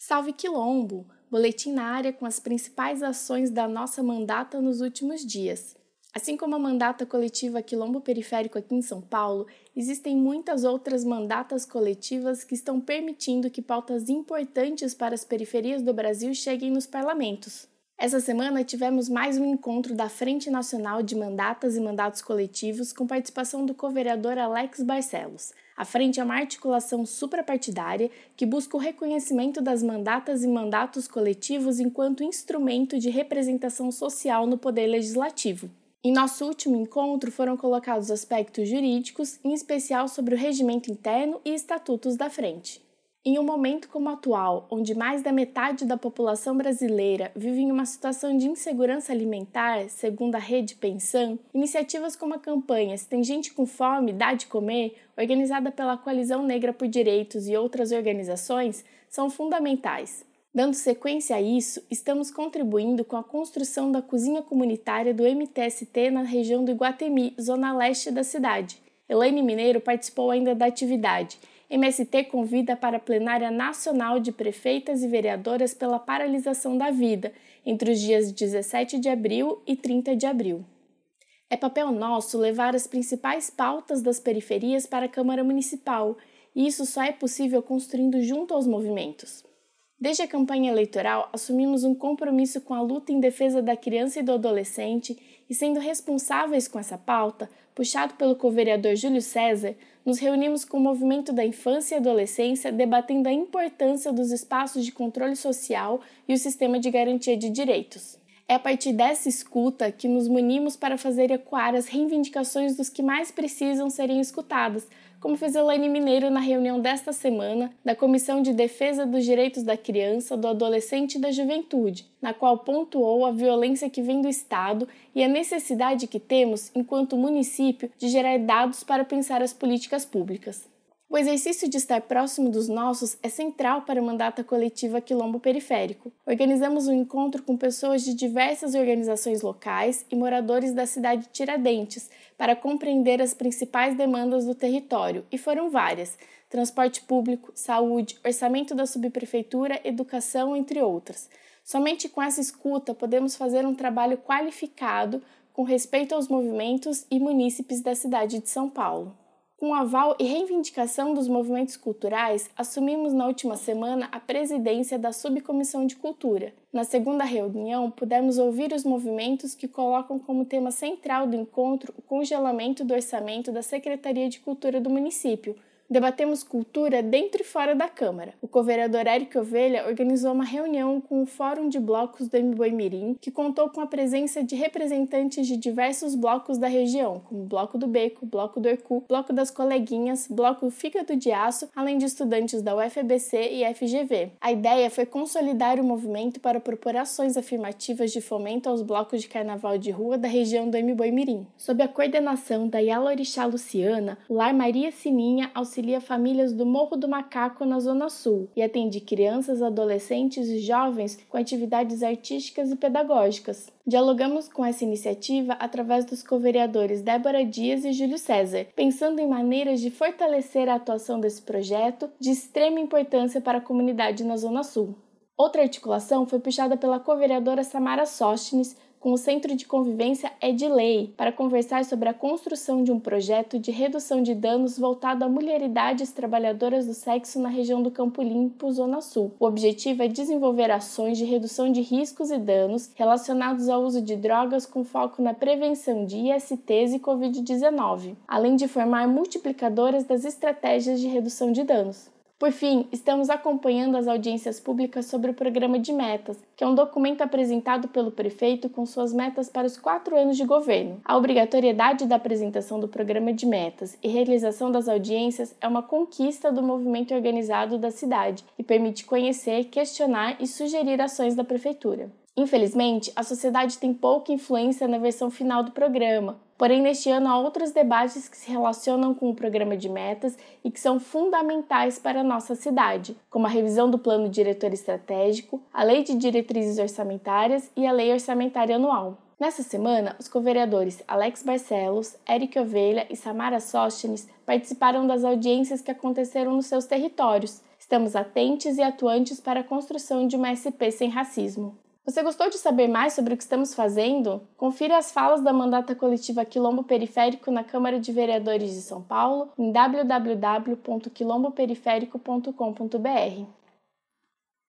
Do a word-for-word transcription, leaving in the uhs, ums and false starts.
Salve Quilombo! Boletim na área com as principais ações da nossa mandata nos últimos dias. Assim como a mandata coletiva Quilombo Periférico aqui em São Paulo, existem muitas outras mandatas coletivas que estão permitindo que pautas importantes para as periferias do Brasil cheguem nos parlamentos. Essa semana tivemos mais um encontro da Frente Nacional de Mandatas e Mandatos Coletivos com participação do co-vereador Alex Barcelos. A Frente é uma articulação suprapartidária que busca o reconhecimento das mandatas e mandatos coletivos enquanto instrumento de representação social no poder legislativo. Em nosso último encontro foram colocados aspectos jurídicos, em especial sobre o regimento interno e estatutos da Frente. Em um momento como o atual, onde mais da metade da população brasileira vive em uma situação de insegurança alimentar, segundo a rede Pensan, iniciativas como a campanha Se Tem Gente com Fome, Dá de Comer, organizada pela Coalizão Negra por Direitos e outras organizações, são fundamentais. Dando sequência a isso, estamos contribuindo com a construção da cozinha comunitária do M T S T na região do Iguatemi, zona leste da cidade. Elaine Mineiro participou ainda da atividade. M S T convida para a plenária nacional de prefeitas e vereadoras pela paralisação da vida, entre os dias dezessete de abril e trinta de abril. É papel nosso levar as principais pautas das periferias para a Câmara Municipal, e isso só é possível construindo junto aos movimentos. Desde a campanha eleitoral, assumimos um compromisso com a luta em defesa da criança e do adolescente e, sendo responsáveis com essa pauta, puxado pelo co-vereador Júlio César, nos reunimos com o movimento da infância e adolescência debatendo a importância dos espaços de controle social e o sistema de garantia de direitos. É a partir dessa escuta que nos munimos para fazer ecoar as reivindicações dos que mais precisam serem escutadas, como fez Elaine Mineiro na reunião desta semana da Comissão de Defesa dos Direitos da Criança, do Adolescente e da Juventude, na qual pontuou a violência que vem do Estado e a necessidade que temos, enquanto município, de gerar dados para pensar as políticas públicas. O exercício de estar próximo dos nossos é central para a mandata coletiva Quilombo Periférico. Organizamos um encontro com pessoas de diversas organizações locais e moradores da cidade de Tiradentes para compreender as principais demandas do território, e foram várias: transporte público, saúde, orçamento da subprefeitura, educação, entre outras. Somente com essa escuta podemos fazer um trabalho qualificado com respeito aos movimentos e munícipes da cidade de São Paulo. Com o aval e reivindicação dos movimentos culturais, assumimos na última semana a presidência da Subcomissão de Cultura. Na segunda reunião, pudemos ouvir os movimentos que colocam como tema central do encontro o congelamento do orçamento da Secretaria de Cultura do município. Debatemos cultura dentro e fora da Câmara. O co-vereador Érico Ovelha organizou uma reunião com o Fórum de Blocos do M B O I Mirim, que contou com a presença de representantes de diversos blocos da região, como Bloco do Beco, Bloco do Hercu, Bloco das Coleguinhas, Bloco Fígado de Aço, além de estudantes da U F B C e F G V. A ideia foi consolidar o movimento para propor ações afirmativas de fomento aos blocos de carnaval de rua da região do M B O I Mirim. Sob a coordenação da Yalorixá Luciana, o Lar Maria Sininha auxilia famílias do Morro do Macaco na Zona Sul e atende crianças, adolescentes e jovens com atividades artísticas e pedagógicas. Dialogamos com essa iniciativa através dos co-vereadores Débora Dias e Júlio César, pensando em maneiras de fortalecer a atuação desse projeto de extrema importância para a comunidade na Zona Sul. Outra articulação foi puxada pela co-vereadora Samara Sóstenes com o Centro de Convivência É de Lei, para conversar sobre a construção de um projeto de redução de danos voltado a mulheridades trabalhadoras do sexo na região do Campo Limpo, Zona Sul. O objetivo é desenvolver ações de redução de riscos e danos relacionados ao uso de drogas com foco na prevenção de I S Ts e covid dezenove, além de formar multiplicadoras das estratégias de redução de danos. Por fim, estamos acompanhando as audiências públicas sobre o Programa de Metas, que é um documento apresentado pelo prefeito com suas metas para os quatro anos de governo. A obrigatoriedade da apresentação do Programa de Metas e realização das audiências é uma conquista do movimento organizado da cidade e permite conhecer, questionar e sugerir ações da prefeitura. Infelizmente, a sociedade tem pouca influência na versão final do programa, porém neste ano há outros debates que se relacionam com o programa de metas e que são fundamentais para a nossa cidade, como a revisão do Plano Diretor Estratégico, a Lei de Diretrizes Orçamentárias e a Lei Orçamentária Anual. Nessa semana, os co-vereadores Alex Barcelos, Érico Ovelha e Samara Sóstenes participaram das audiências que aconteceram nos seus territórios. Estamos atentos e atuantes para a construção de uma S P sem racismo. Você gostou de saber mais sobre o que estamos fazendo? Confira as falas da mandata coletiva Quilombo Periférico na Câmara de Vereadores de São Paulo em w w w ponto quilombo periférico ponto com ponto b r.